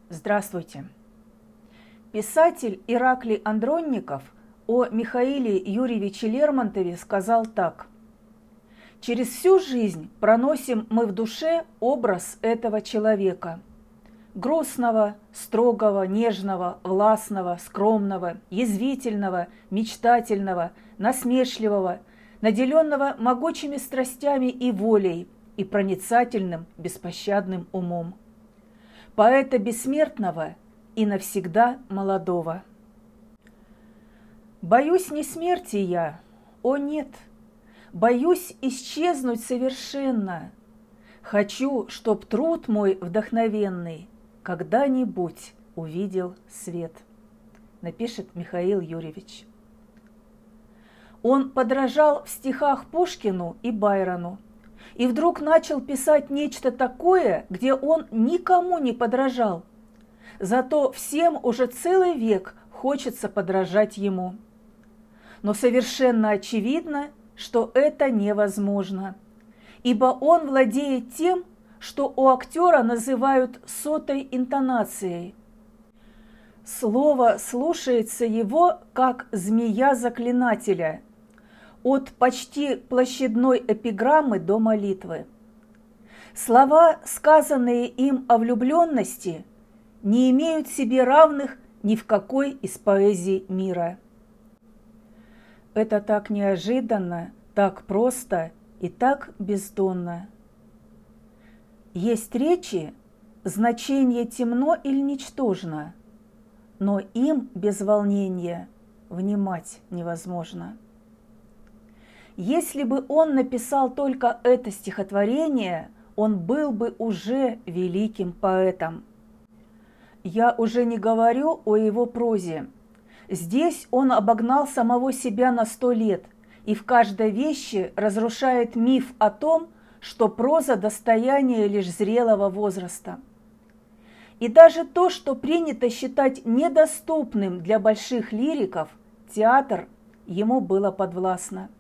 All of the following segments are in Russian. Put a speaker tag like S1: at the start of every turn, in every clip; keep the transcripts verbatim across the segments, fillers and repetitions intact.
S1: Здравствуйте! Писатель Ираклий Андронников о Михаиле Юрьевиче Лермонтове сказал так: «Через всю жизнь проносим мы в душе образ этого человека. Грустного, строгого, нежного, властного, скромного, язвительного, мечтательного, насмешливого, наделенного могучими страстями и волей и проницательным, беспощадным умом. Поэта бессмертного и навсегда молодого. Боюсь не смерти я, о нет, боюсь исчезнуть совершенно. Хочу, чтоб труд мой вдохновенный когда-нибудь увидел свет», напишет Михаил Юрьевич. Он подражал в стихах Пушкину и Байрону, и вдруг начал писать нечто такое, где он никому не подражал. Зато всем уже целый век хочется подражать ему. Но совершенно очевидно, что это невозможно, ибо он владеет тем, что у актера называют сотой интонацией. Слово слушается его, как змея заклинателя, от почти площадной эпиграммы до молитвы. Слова, сказанные им о влюбленности, не имеют себе равных ни в какой из поэзий мира. Это так неожиданно, так просто и так бездонно. Есть речи, значение темно или ничтожно, но им без волнения внимать невозможно. Если бы он написал только это стихотворение, он был бы уже великим поэтом. Я уже не говорю о его прозе. Здесь он обогнал самого себя на сто лет и в каждой вещи разрушает миф о том, что проза – достояние лишь зрелого возраста. И даже то, что принято считать недоступным для больших лириков, театр, ему было подвластно.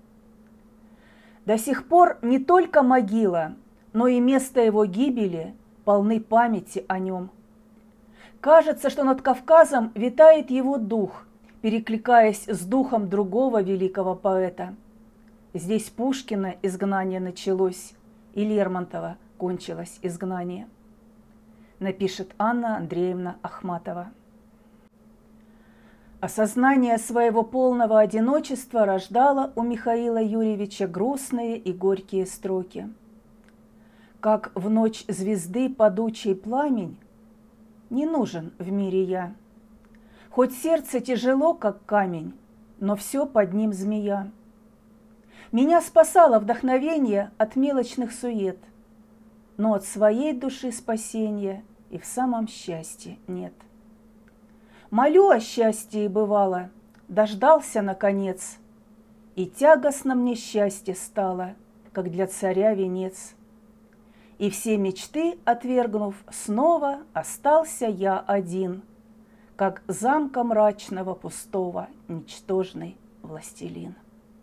S1: До сих пор не только могила, но и место его гибели полны памяти о нем. Кажется, что над Кавказом витает его дух, перекликаясь с духом другого великого поэта. Здесь Пушкина изгнание началось, и Лермонтова кончилось изгнание, напишет Анна Андреевна Ахматова. Осознание своего полного одиночества рождало у Михаила Юрьевича грустные и горькие строки. «Как в ночь звезды падучий пламень, не нужен в мире я. Хоть сердце тяжело, как камень, но все под ним змея. Меня спасало вдохновение от мелочных сует, но от своей души спасения и в самом счастье нет. Молю о счастье, бывало, дождался наконец, и тягостно мне счастье стало, как для царя венец. И все мечты отвергнув, снова остался я один, как замка мрачного пустого ничтожный властелин».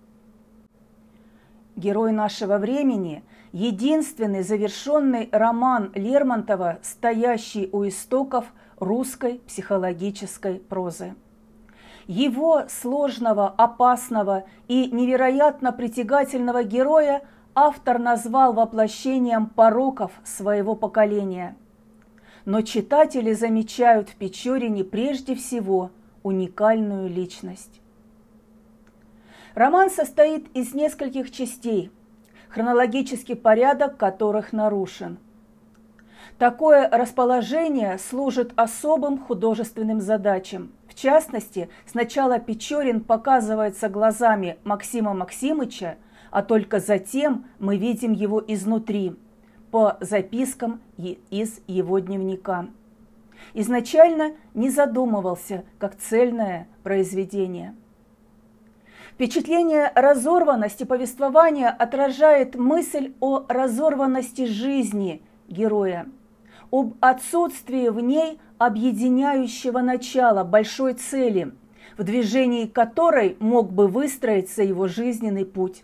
S1: Герой нашего времени – единственный завершенный роман Лермонтова, стоящий у истоков русской психологической прозы. Его сложного, опасного и невероятно притягательного героя автор назвал воплощением пороков своего поколения. Но читатели замечают в Печорине прежде всего уникальную личность. Роман состоит из нескольких частей, хронологический порядок которых нарушен. Такое расположение служит особым художественным задачам. В частности, сначала Печорин показывается глазами Максима Максимыча, а только затем мы видим его изнутри, по запискам из его дневника. Изначально не задумывался как цельное произведение. Впечатление разорванности повествования отражает мысль о разорванности жизни героя, об отсутствии в ней объединяющего начала, большой цели, в движении которой мог бы выстроиться его жизненный путь.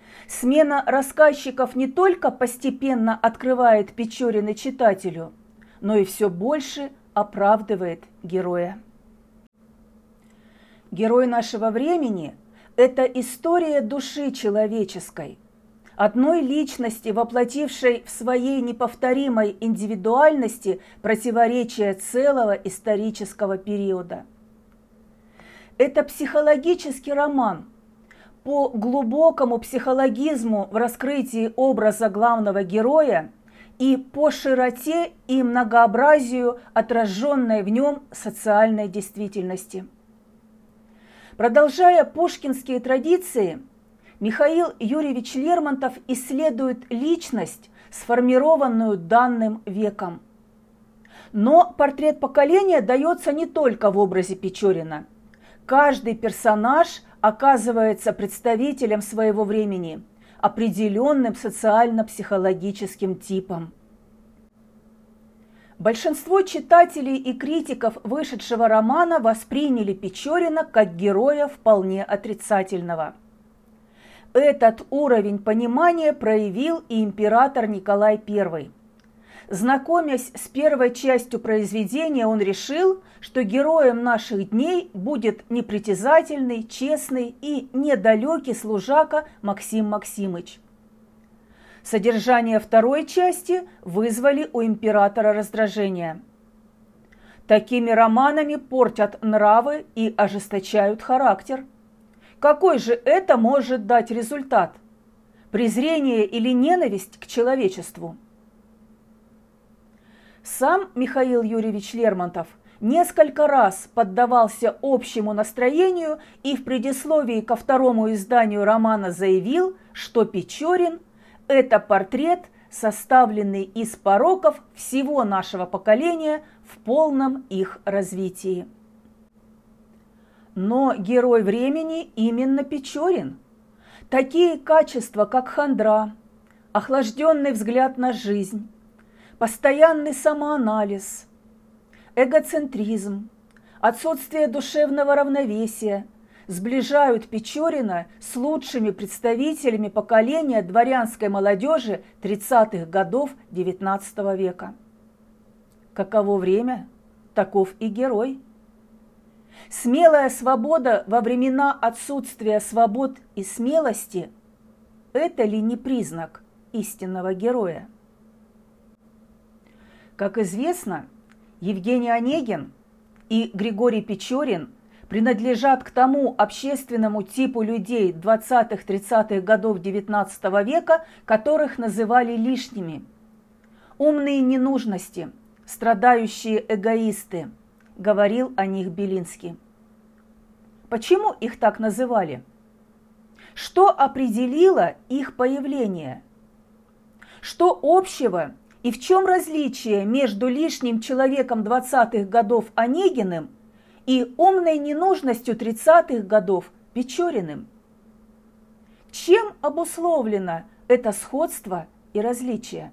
S1: Смена рассказчиков не только постепенно открывает Печорина читателю, но и все больше оправдывает героя. Герой нашего времени – это история души человеческой, одной личности, воплотившей в своей неповторимой индивидуальности противоречия целого исторического периода. Это психологический роман по глубокому психологизму в раскрытии образа главного героя и по широте и многообразию отраженной в нем социальной действительности. Продолжая пушкинские традиции, Михаил Юрьевич Лермонтов исследует личность, сформированную данным веком. Но портрет поколения дается не только в образе Печорина. Каждый персонаж оказывается представителем своего времени, определенным социально-психологическим типом. Большинство читателей и критиков вышедшего романа восприняли Печорина как героя вполне отрицательного. Этот уровень понимания проявил и император Николай Первый. Знакомясь с первой частью произведения, он решил, что героем наших дней будет непритязательный, честный и недалекий служака Максим Максимыч. Содержание второй части вызвали у императора раздражение. Такими романами портят нравы и ожесточают характер. Какой же это может дать результат? Презрение или ненависть к человечеству? Сам Михаил Юрьевич Лермонтов несколько раз поддавался общему настроению и в предисловии ко второму изданию романа заявил, что Печорин – это портрет, составленный из пороков всего нашего поколения в полном их развитии. Но герой времени именно Печорин. Такие качества, как хандра, охлажденный взгляд на жизнь, постоянный самоанализ, эгоцентризм, отсутствие душевного равновесия сближают Печорина с лучшими представителями поколения дворянской молодежи тридцатых годов девятнадцатого века. Каково время, таков и герой. Смелая свобода во времена отсутствия свобод и смелости – это ли не признак истинного героя? Как известно, Евгений Онегин и Григорий Печорин принадлежат к тому общественному типу людей двадцатых-тридцатых годов девятнадцатого века, которых называли лишними. Умные ненужности, страдающие эгоисты, говорил о них Белинский. Почему их так называли? Что определило их появление? Что общего и в чем различие между лишним человеком двадцатых годов Онегиным и умной ненужностью тридцатых годов Печориным? Чем обусловлено это сходство и различие?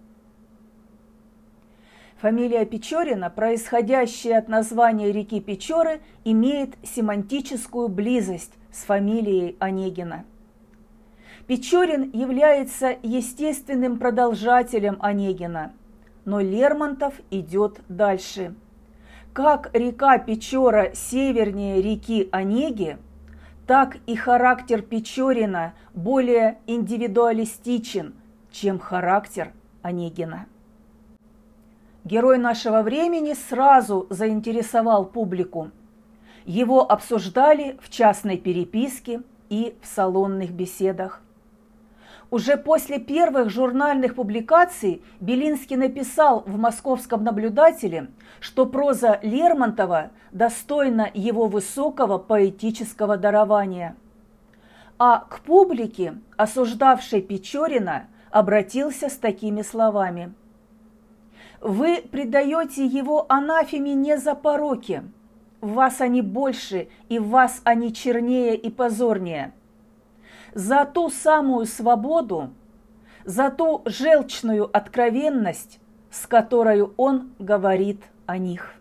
S1: Фамилия Печорина, происходящая от названия реки Печоры, имеет семантическую близость с фамилией Онегина. Печорин является естественным продолжателем Онегина, но Лермонтов идет дальше. Как река Печора севернее реки Онеги, так и характер Печорина более индивидуалистичен, чем характер Онегина. Герой нашего времени сразу заинтересовал публику. Его обсуждали в частной переписке и в салонных беседах. Уже после первых журнальных публикаций Белинский написал в «Московском наблюдателе», что проза Лермонтова достойна его высокого поэтического дарования. А к публике, осуждавшей Печорина, обратился с такими словами: «Вы предаете его анафеме не за пороки. В вас они больше, и в вас они чернее и позорнее. За ту самую свободу, за ту желчную откровенность, с которой он говорит о них».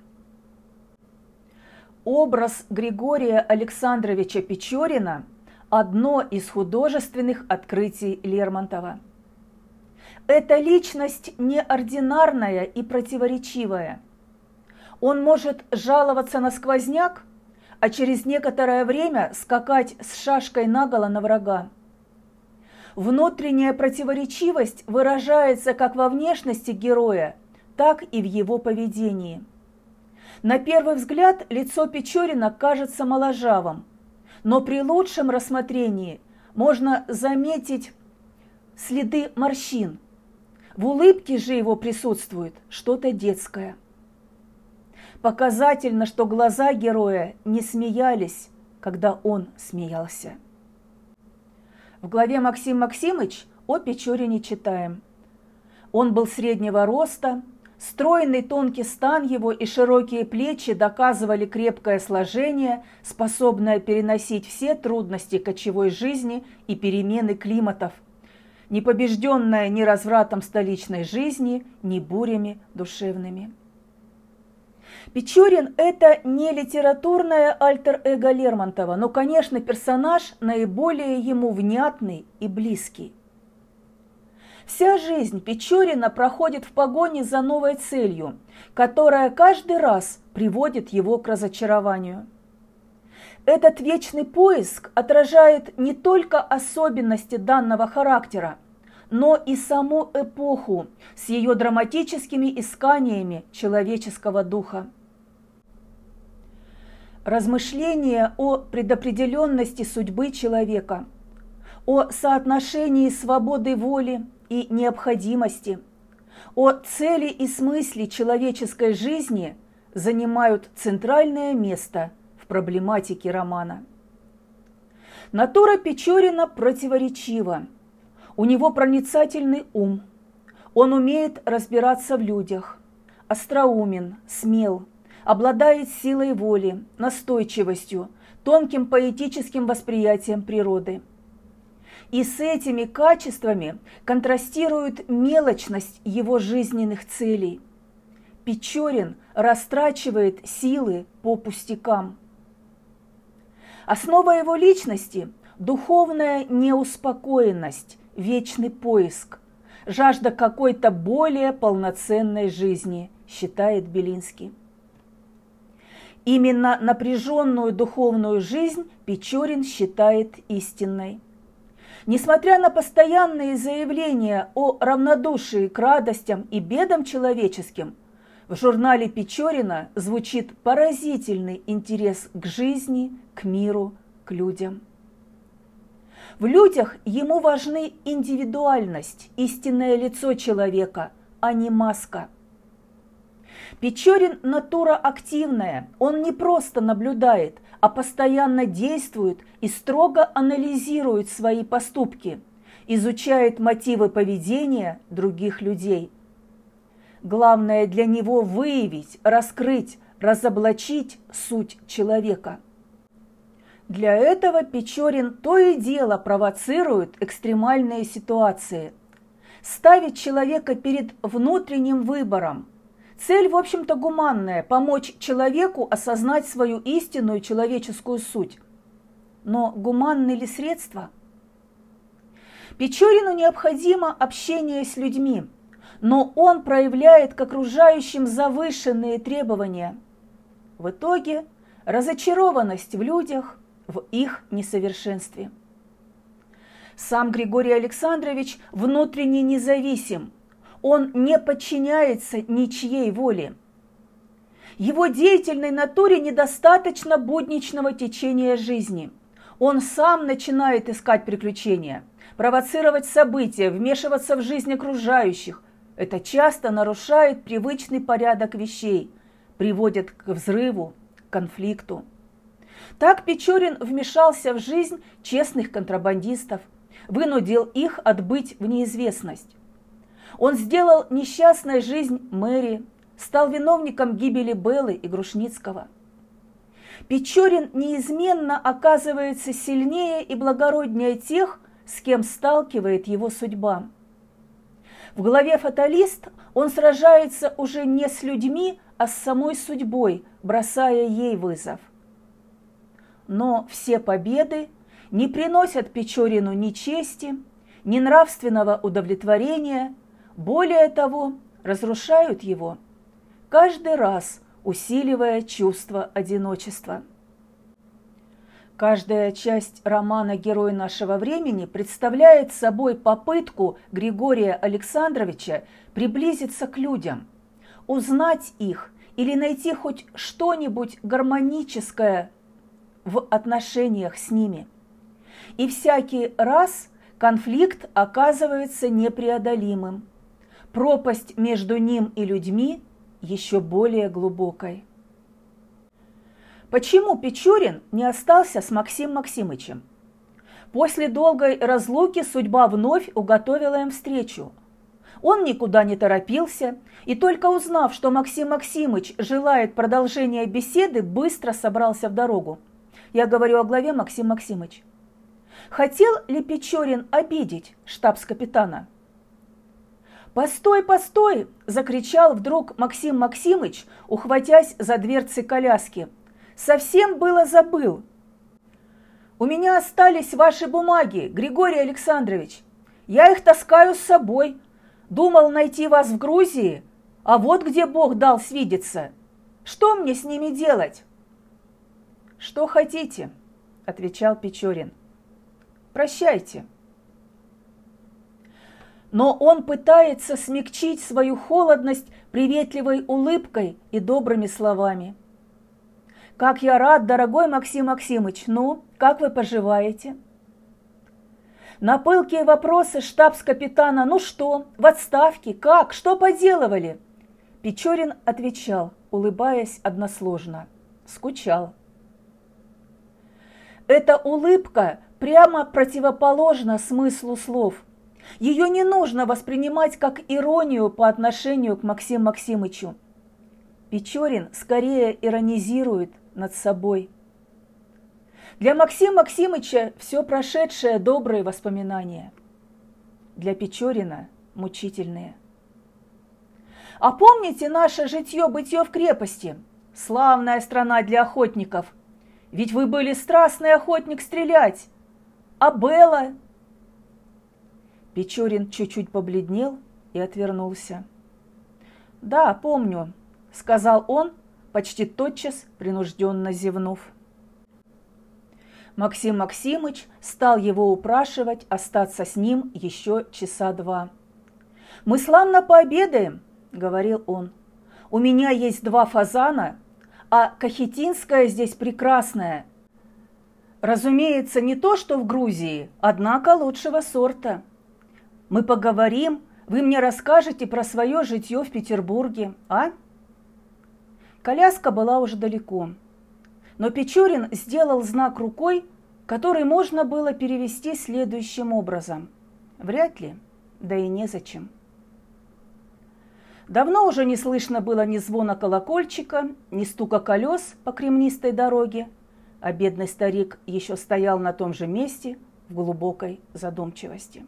S1: Образ Григория Александровича Печорина – одно из художественных открытий Лермонтова. Эта личность неординарная и противоречивая. Он может жаловаться на сквозняк, а через некоторое время скакать с шашкой наголо на врага. Внутренняя противоречивость выражается как во внешности героя, так и в его поведении. На первый взгляд лицо Печорина кажется моложавым, но при лучшем рассмотрении можно заметить следы морщин. В улыбке же его присутствует что-то детское. Показательно, что глаза героя не смеялись, когда он смеялся. В главе «Максим Максимыч» о Печорине читаем. Он был среднего роста, стройный тонкий стан его и широкие плечи доказывали крепкое сложение, способное переносить все трудности кочевой жизни и перемены климатов, не побежденное ни развратом столичной жизни, ни бурями душевными. Печорин – это не литературное альтер-эго Лермонтова, но, конечно, персонаж наиболее ему внятный и близкий. Вся жизнь Печорина проходит в погоне за новой целью, которая каждый раз приводит его к разочарованию. Этот вечный поиск отражает не только особенности данного характера, но и саму эпоху с ее драматическими исканиями человеческого духа. Размышления о предопределенности судьбы человека, о соотношении свободы воли и необходимости, о цели и смысле человеческой жизни занимают центральное место в проблематике романа. Натура Печорина противоречива. У него проницательный ум, он умеет разбираться в людях, остроумен, смел, обладает силой воли, настойчивостью, тонким поэтическим восприятием природы. И с этими качествами контрастирует мелочность его жизненных целей. Печорин растрачивает силы по пустякам. Основа его личности – духовная неуспокоенность, вечный поиск, жажда какой-то более полноценной жизни, считает Белинский. Именно напряженную духовную жизнь Печорин считает истинной. Несмотря на постоянные заявления о равнодушии к радостям и бедам человеческим, в журнале Печорина звучит поразительный интерес к жизни, к миру, к людям. В людях ему важны индивидуальность, истинное лицо человека, а не маска. Печорин – натура активная, он не просто наблюдает, а постоянно действует и строго анализирует свои поступки, изучает мотивы поведения других людей. Главное для него выявить, раскрыть, разоблачить суть человека. Для этого Печорин то и дело провоцирует экстремальные ситуации, ставит человека перед внутренним выбором. Цель, в общем-то, гуманная – помочь человеку осознать свою истинную человеческую суть. Но гуманны ли средства? Печорину необходимо общение с людьми, но он проявляет к окружающим завышенные требования. В итоге разочарованность в людях, в их несовершенстве. Сам Григорий Александрович внутренне независим, он не подчиняется ничьей воле. Его деятельной натуре недостаточно будничного течения жизни. Он сам начинает искать приключения, провоцировать события, вмешиваться в жизнь окружающих. Это часто нарушает привычный порядок вещей, приводит к взрыву, к конфликту. Так Печорин вмешался в жизнь честных контрабандистов, вынудил их отбыть в неизвестность. Он сделал несчастной жизнь Мэри, стал виновником гибели Беллы и Грушницкого. Печорин неизменно оказывается сильнее и благороднее тех, с кем сталкивает его судьба. В главе «Фаталист» он сражается уже не с людьми, а с самой судьбой, бросая ей вызов. Но все победы не приносят Печорину ни чести, ни нравственного удовлетворения, более того, разрушают его, каждый раз усиливая чувство одиночества. Каждая часть романа «Герой нашего времени» представляет собой попытку Григория Александровича приблизиться к людям, узнать их или найти хоть что-нибудь гармоническое в отношениях с ними. И всякий раз конфликт оказывается непреодолимым, пропасть между ним и людьми еще более глубокой. Почему Печорин не остался с Максимом Максимычем? После долгой разлуки судьба вновь уготовила им встречу. Он никуда не торопился, и только узнав, что Максим Максимыч желает продолжения беседы, быстро собрался в дорогу. Я говорю о главе Максим Максимыч. Хотел ли Печорин обидеть штабс-капитана? «Постой, постой!» – закричал вдруг Максим Максимыч, ухватясь за дверцы коляски. «Совсем было забыл. У меня остались ваши бумаги, Григорий Александрович. Я их таскаю с собой. Думал найти вас в Грузии, а вот где Бог дал свидеться. Что мне с ними делать?» «Что хотите?» – отвечал Печорин. «Прощайте». Но он пытается смягчить свою холодность приветливой улыбкой и добрыми словами. «Как я рад, дорогой Максим Максимыч! Ну, как вы поживаете?» На пылкие вопросы штабс-капитана «Ну что, в отставке? Как? Что поделывали?» Печорин отвечал, улыбаясь односложно. Скучал. Эта улыбка прямо противоположна смыслу слов. Ее не нужно воспринимать как иронию по отношению к Максиму Максимычу. Печорин скорее иронизирует над собой. Для Максима Максимыча все прошедшее добрые воспоминания. Для Печорина мучительные. А помните наше житье-бытье в крепости? Славная страна для охотников. Ведь вы были страстный охотник стрелять. А Белла? Печорин чуть-чуть побледнел и отвернулся. «Да, помню», — сказал он, почти тотчас принужденно зевнув. Максим Максимыч стал его упрашивать остаться с ним еще часа два. «Мы славно пообедаем», — говорил он. «У меня есть два фазана, а кахетинская здесь прекрасная. Разумеется, не то, что в Грузии, однако лучшего сорта. Мы поговорим, вы мне расскажете про свое житье в Петербурге, а?» Коляска была уже далеко, но Печорин сделал знак рукой, который можно было перевести следующим образом. Вряд ли, да и незачем. Давно уже не слышно было ни звона колокольчика, ни стука колес по кремнистой дороге, а бедный старик еще стоял на том же месте в глубокой задумчивости.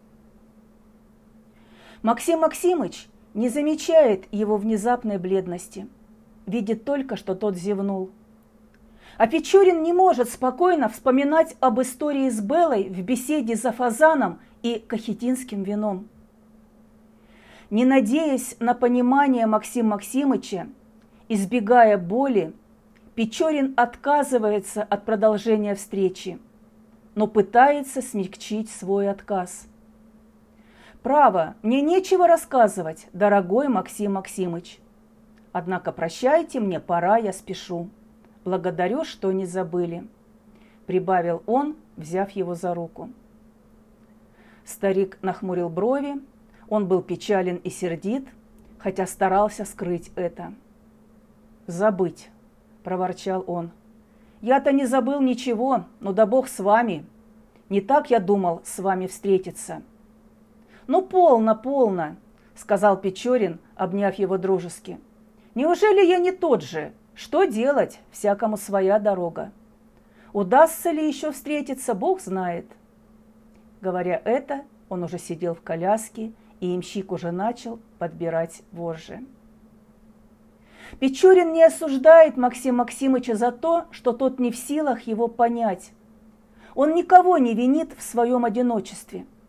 S1: Максим Максимыч не замечает его внезапной бледности, видит только, что тот зевнул. А Печорин не может спокойно вспоминать об истории с Беллой в беседе за фазаном и кахетинским вином. Не надеясь на понимание Максима Максимыча, избегая боли, Печорин отказывается от продолжения встречи, но пытается смягчить свой отказ. «Право, мне нечего рассказывать, дорогой Максим Максимыч. Однако прощайте, мне пора, я спешу. Благодарю, что не забыли», – прибавил он, взяв его за руку. Старик нахмурил брови, он был печален и сердит, хотя старался скрыть это. «Забыть», – проворчал он. «Я-то не забыл ничего, но да Бог с вами. Не так я думал с вами встретиться». «Ну, полно, полно», – сказал Печорин, обняв его дружески. «Неужели я не тот же? Что делать? Всякому своя дорога. Удастся ли еще встретиться, Бог знает». Говоря это, он уже сидел в коляске, и ямщик уже начал подбирать вожжи. Печорин не осуждает Максима Максимыча за то, что тот не в силах его понять. Он никого не винит в своем одиночестве.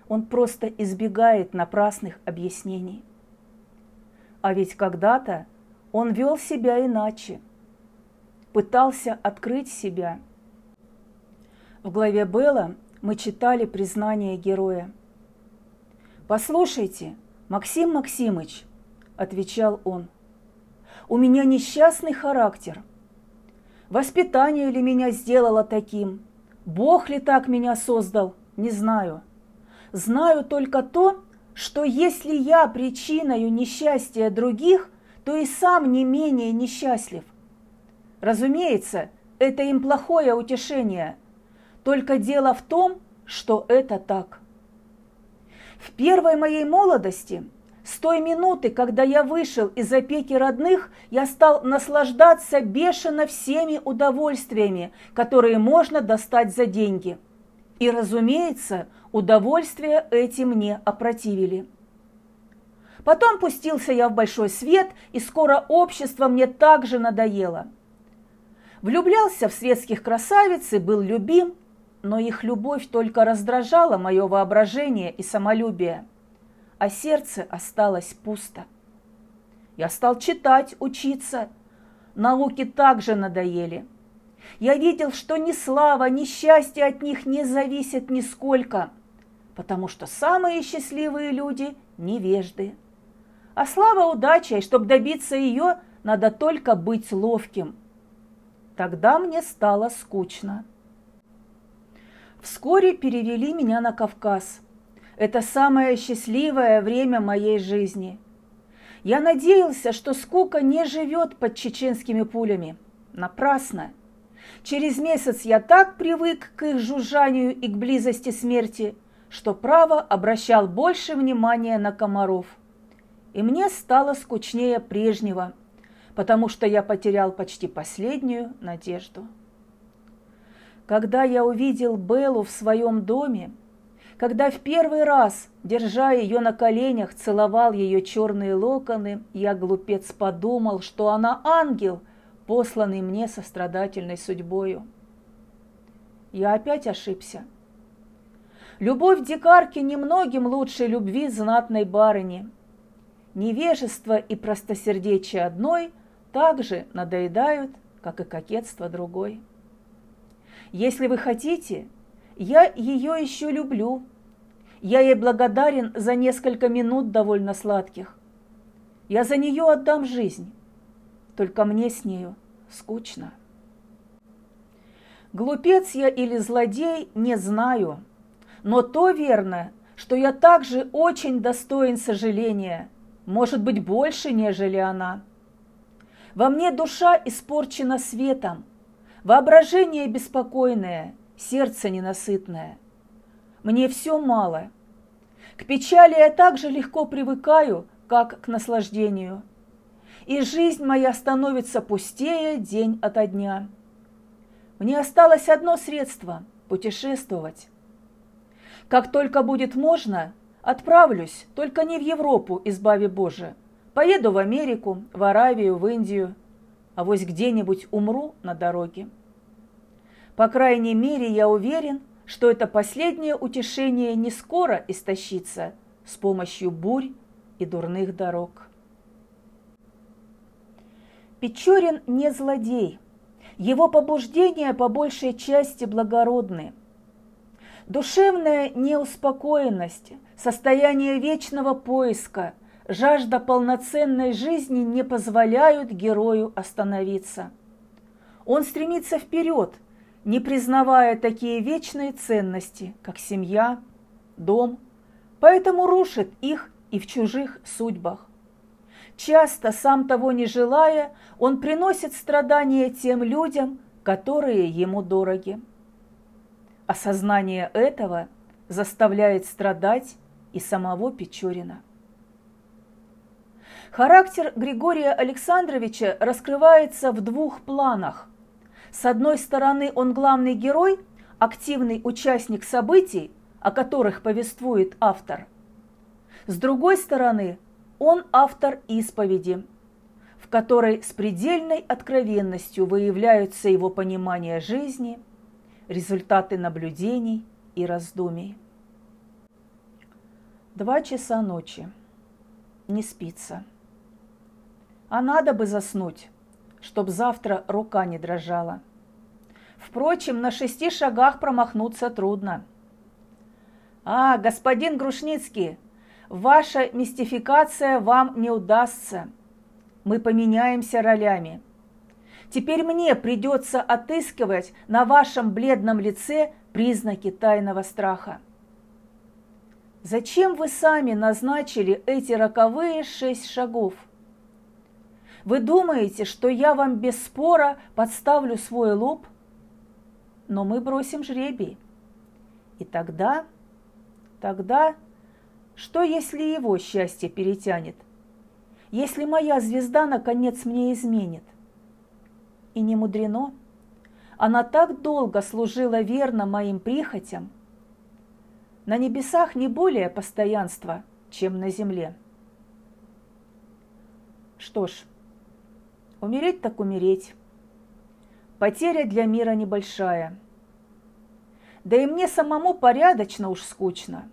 S1: Он просто избегает напрасных объяснений. А ведь когда-то он вел себя иначе, пытался открыть себя. В главе Белла мы читали признание героя. «Послушайте, Максим Максимыч, – отвечал он, – у меня несчастный характер. Воспитание ли меня сделало таким? Бог ли так меня создал? Не знаю. Знаю только то, что если я причиною несчастья других, то и сам не менее несчастлив. Разумеется, это им плохое утешение, только дело в том, что это так. В первой моей молодости, с той минуты, когда я вышел из опеки родных, я стал наслаждаться бешено всеми удовольствиями, которые можно достать за деньги. И, разумеется, удовольствия эти мне опротивили. Потом пустился я в большой свет, и скоро общество мне также надоело. Влюблялся в светских красавиц и был любим, но их любовь только раздражала мое воображение и самолюбие, а сердце осталось пусто. Я стал читать, учиться, науки также надоели. Я видел, что ни слава, ни счастье от них не зависит нисколько, потому что самые счастливые люди – невежды. А слава удача, и чтобы добиться ее, надо только быть ловким. Тогда мне стало скучно. Вскоре перевели меня на Кавказ. Это самое счастливое время моей жизни. Я надеялся, что скука не живет под чеченскими пулями. Напрасно. Через месяц я так привык к их жужжанию и к близости смерти, что право обращал больше внимания на комаров. И мне стало скучнее прежнего, потому что я потерял почти последнюю надежду. Когда я увидел Беллу в своем доме, когда в первый раз, держа ее на коленях, целовал ее черные локоны, я, глупец, подумал, что она ангел, посланный мне сострадательной судьбою. Я опять ошибся. Любовь дикарки немногим лучше любви знатной барыни. Невежество и простосердечие одной также надоедают, как и кокетство другой. Если вы хотите, я ее еще люблю. Я ей благодарен за несколько минут довольно сладких. Я за нее отдам жизнь, только мне с нею скучно. Глупец я или злодей, не знаю, но то верно, что я также очень достоин сожаления, может быть, больше, нежели она. Во мне душа испорчена светом, воображение беспокойное, сердце ненасытное. Мне все мало. К печали я так же легко привыкаю, как к наслаждению. И жизнь моя становится пустее день ото дня. Мне осталось одно средство – путешествовать. Как только будет можно, отправлюсь, только не в Европу, избави Боже. Поеду в Америку, в Аравию, в Индию, а вось где-нибудь умру на дороге. По крайней мере, я уверен, что это последнее утешение не скоро истощится с помощью бурь и дурных дорог. Печорин не злодей, его побуждения по большей части благородны. Душевная неуспокоенность, состояние вечного поиска, жажда полноценной жизни не позволяют герою остановиться. Он стремится вперед, не признавая такие вечные ценности, как семья, дом, поэтому рушит их и в чужих судьбах. Часто, сам того не желая, он приносит страдания тем людям, которые ему дороги. Осознание этого заставляет страдать и самого Печорина. Характер Григория Александровича раскрывается в двух планах. С одной стороны, он главный герой, активный участник событий, о которых повествует автор. С другой стороны, он автор исповеди, в которой с предельной откровенностью выявляются его понимание жизни, результаты наблюдений и раздумий. Два часа ночи. Не спится. А надо бы заснуть, чтоб завтра рука не дрожала. Впрочем, на шести шагах промахнуться трудно. А, господин Грушницкий, ваша мистификация вам не удастся. Мы поменяемся ролями. Теперь мне придется отыскивать на вашем бледном лице признаки тайного страха. Зачем вы сами назначили эти роковые шесть шагов? Вы думаете, что я вам без спора подставлю свой лоб? Но мы бросим жребий. И тогда, тогда, что если его счастье перетянет? Если моя звезда наконец мне изменит? И не мудрено. Она так долго служила верно моим прихотям. На небесах не более постоянства, чем на земле. Что ж, умереть так умереть. Потеря для мира небольшая. Да и мне самому порядочно уж скучно.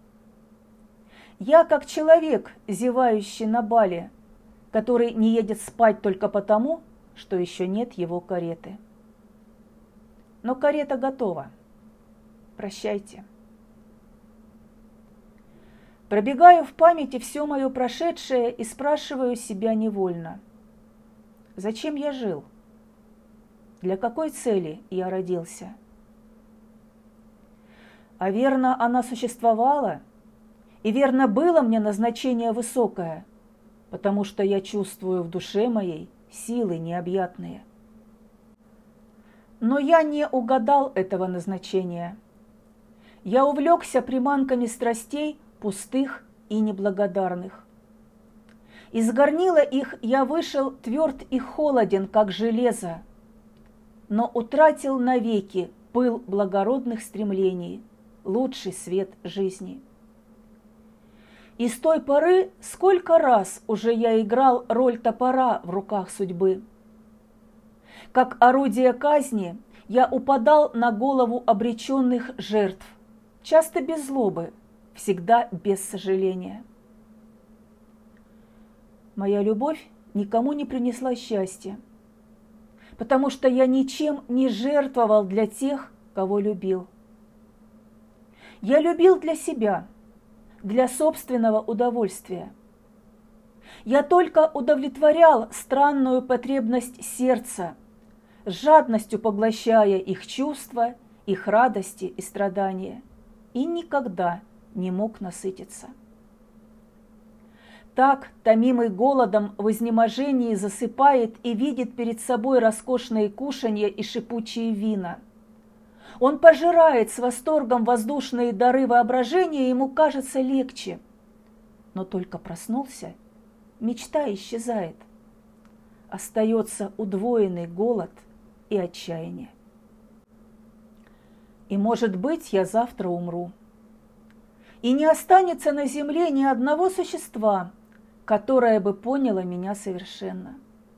S1: Я как человек, зевающий на бале, который не едет спать только потому, что еще нет его кареты. Но карета готова. Прощайте. Пробегаю в памяти все мое прошедшее и спрашиваю себя невольно. Зачем я жил? Для какой цели я родился? А верно, она существовала, и верно было мне назначение высокое, потому что я чувствую в душе моей силы необъятные. Но я не угадал этого назначения. Я увлекся приманками страстей пустых и неблагодарных. Из горнила их я вышел тверд и холоден, как железо, но утратил навеки пыл благородных стремлений, лучший свет жизни. И с той поры сколько раз уже я играл роль топора в руках судьбы. Как орудие казни я упадал на голову обреченных жертв, часто без злобы, всегда без сожаления. Моя любовь никому не принесла счастья, потому что я ничем не жертвовал для тех, кого любил. Я любил для себя, для собственного удовольствия. Я только удовлетворял странную потребность сердца, с жадностью поглощая их чувства, их радости и страдания, и никогда не мог насытиться. Так, томимый голодом, в изнеможении засыпает и видит перед собой роскошные кушанья и шипучие вина. Он пожирает с восторгом воздушные дары воображения, ему кажется легче. Но только проснулся, мечта исчезает. Остается удвоенный голод и отчаяние. И, может быть, я завтра умру. И не останется на земле ни одного существа, которое бы поняло меня совершенно.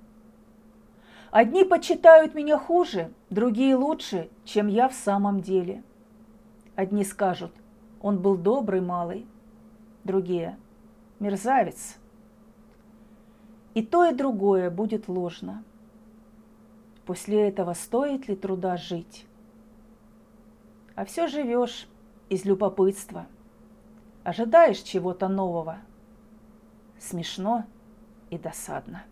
S1: Одни почитают меня хуже, другие лучше, чем я в самом деле. Одни скажут, он был добрый малый, другие – мерзавец. И то, и другое будет ложно. После этого стоит ли труда жить? А все живешь из любопытства, ожидаешь чего-то нового. Смешно и досадно.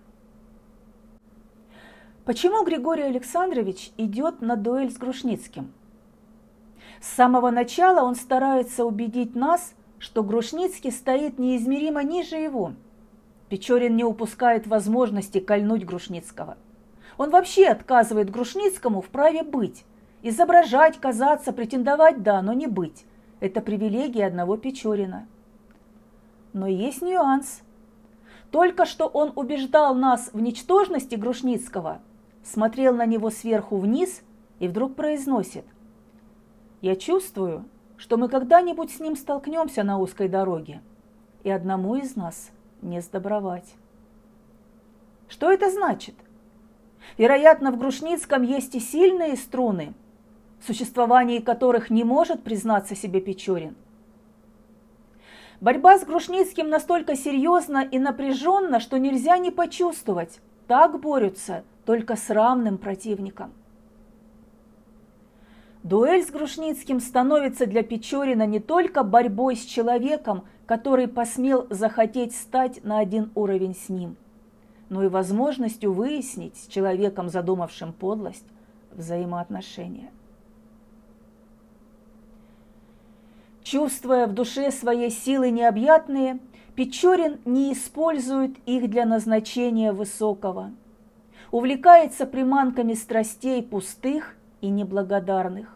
S1: Почему Григорий Александрович идет на дуэль с Грушницким? С самого начала он старается убедить нас, что Грушницкий стоит неизмеримо ниже его. Печорин не упускает возможности кольнуть Грушницкого. Он вообще отказывает Грушницкому в праве быть. Изображать, казаться, претендовать – да, но не быть. Это привилегия одного Печорина. Но есть нюанс. Только что он убеждал нас в ничтожности Грушницкого, смотрел на него сверху вниз и вдруг произносит: «Я чувствую, что мы когда-нибудь с ним столкнемся на узкой дороге, и одному из нас не сдобровать». Что это значит? Вероятно, в Грушницком есть и сильные струны, в существовании которых не может признаться себе Печорин. Борьба с Грушницким настолько серьезна и напряженна, что нельзя не почувствовать. Так борются только с равным противником. Дуэль с Грушницким становится для Печорина не только борьбой с человеком, который посмел захотеть стать на один уровень с ним, но и возможностью выяснить с человеком, задумавшим подлость, взаимоотношения. Чувствуя в душе своей силы необъятные, Печорин не использует их для назначения высокого, увлекается приманками страстей пустых и неблагодарных.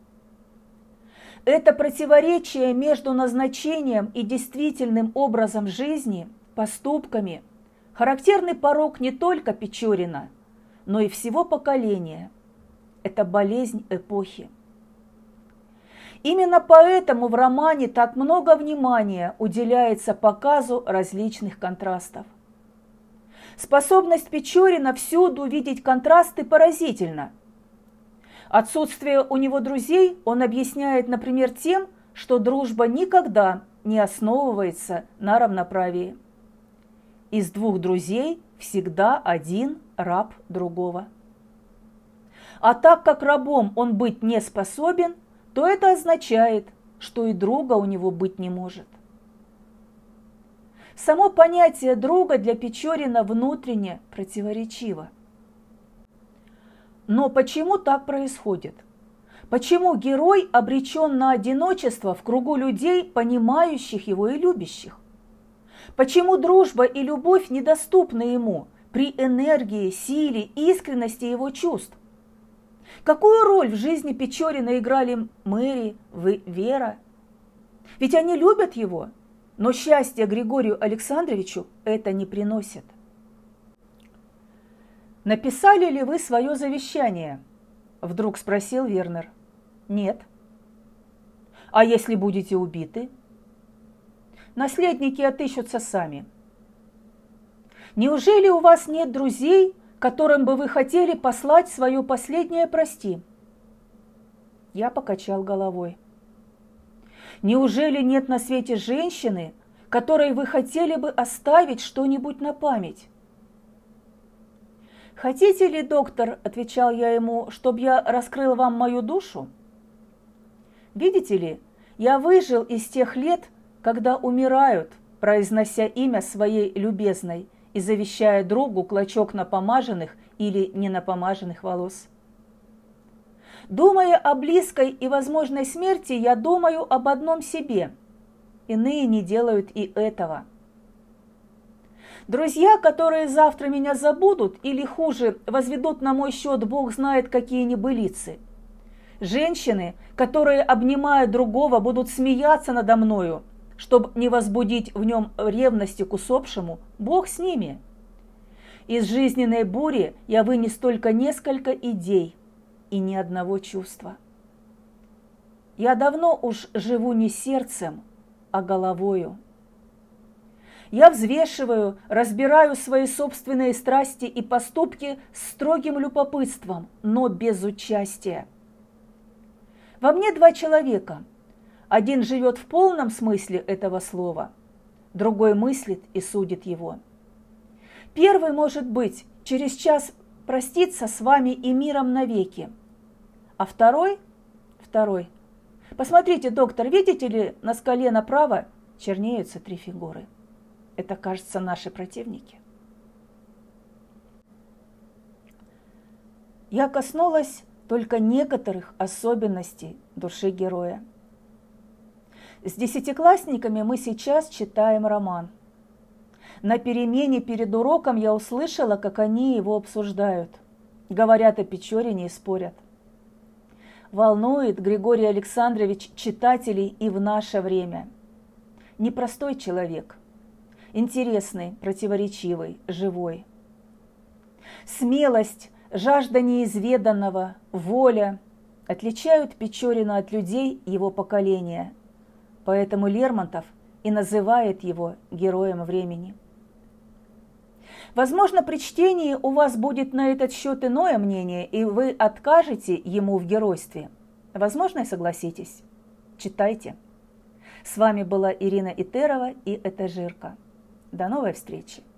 S1: Это противоречие между назначением и действительным образом жизни, поступками, характерный порок не только Печорина, но и всего поколения. Это болезнь эпохи. Именно поэтому в романе так много внимания уделяется показу различных контрастов. Способность Печорина всюду видеть контрасты поразительна. Отсутствие у него друзей он объясняет, например, тем, что дружба никогда не основывается на равноправии. Из двух друзей всегда один раб другого. А так как рабом он быть не способен, то это означает, что и друга у него быть не может. Само понятие друга для Печорина внутренне противоречиво. Но почему так происходит? Почему герой обречен на одиночество в кругу людей, понимающих его и любящих? Почему дружба и любовь недоступны ему при энергии, силе, искренности его чувств? Какую роль в жизни Печорина играли Мэри, Вера? Ведь они любят его, но счастья Григорию Александровичу это не приносит. «Написали ли вы свое завещание?» – вдруг спросил Вернер. «Нет». «А если будете убиты?» «Наследники отыщутся сами». «Неужели у вас нет друзей, которым бы вы хотели послать свое последнее прости?» Я покачал головой. «Неужели нет на свете женщины, которой вы хотели бы оставить что-нибудь на память?» «Хотите ли, доктор, — отвечал я ему, — чтобы я раскрыл вам мою душу? Видите ли, я выжил из тех лет, когда умирают, произнося имя своей любезной и завещая другу клочок напомаженных или ненапомаженных волос. Думая о близкой и возможной смерти, я думаю об одном себе. Иные не делают и этого. Друзья, которые завтра меня забудут или, хуже, возведут на мой счет бог знает какие небылицы. Женщины, которые, обнимая другого, будут смеяться надо мною, чтобы не возбудить в нем ревности к усопшему, бог с ними. Из жизненной бури я вынес только несколько идей и ни одного чувства. Я давно уж живу не сердцем, а головою. Я взвешиваю, разбираю свои собственные страсти и поступки с строгим любопытством, но без участия. Во мне два человека. Один живет в полном смысле этого слова, другой мыслит и судит его. Первый, может быть, через час проститься с вами и миром навеки, а второй, второй. Посмотрите, доктор, видите ли, на скале направо чернеются три фигуры. Это, кажется, наши противники. Я коснулась только некоторых особенностей души героя. С десятиклассниками мы сейчас читаем роман. На перемене перед уроком я услышала, как они его обсуждают. Говорят о Печорине и спорят. Волнует Григорий Александрович читателей и в наше время. Непростой человек. Интересный, противоречивый, живой. Смелость, жажда неизведанного, воля отличают Печорина от людей его поколения, поэтому Лермонтов и называет его героем времени. Возможно, при чтении у вас будет на этот счет иное мнение, и вы откажете ему в геройстве. Возможно, и согласитесь. Читайте. С вами была Ирина Итерова и Этажерка. До новой встречи!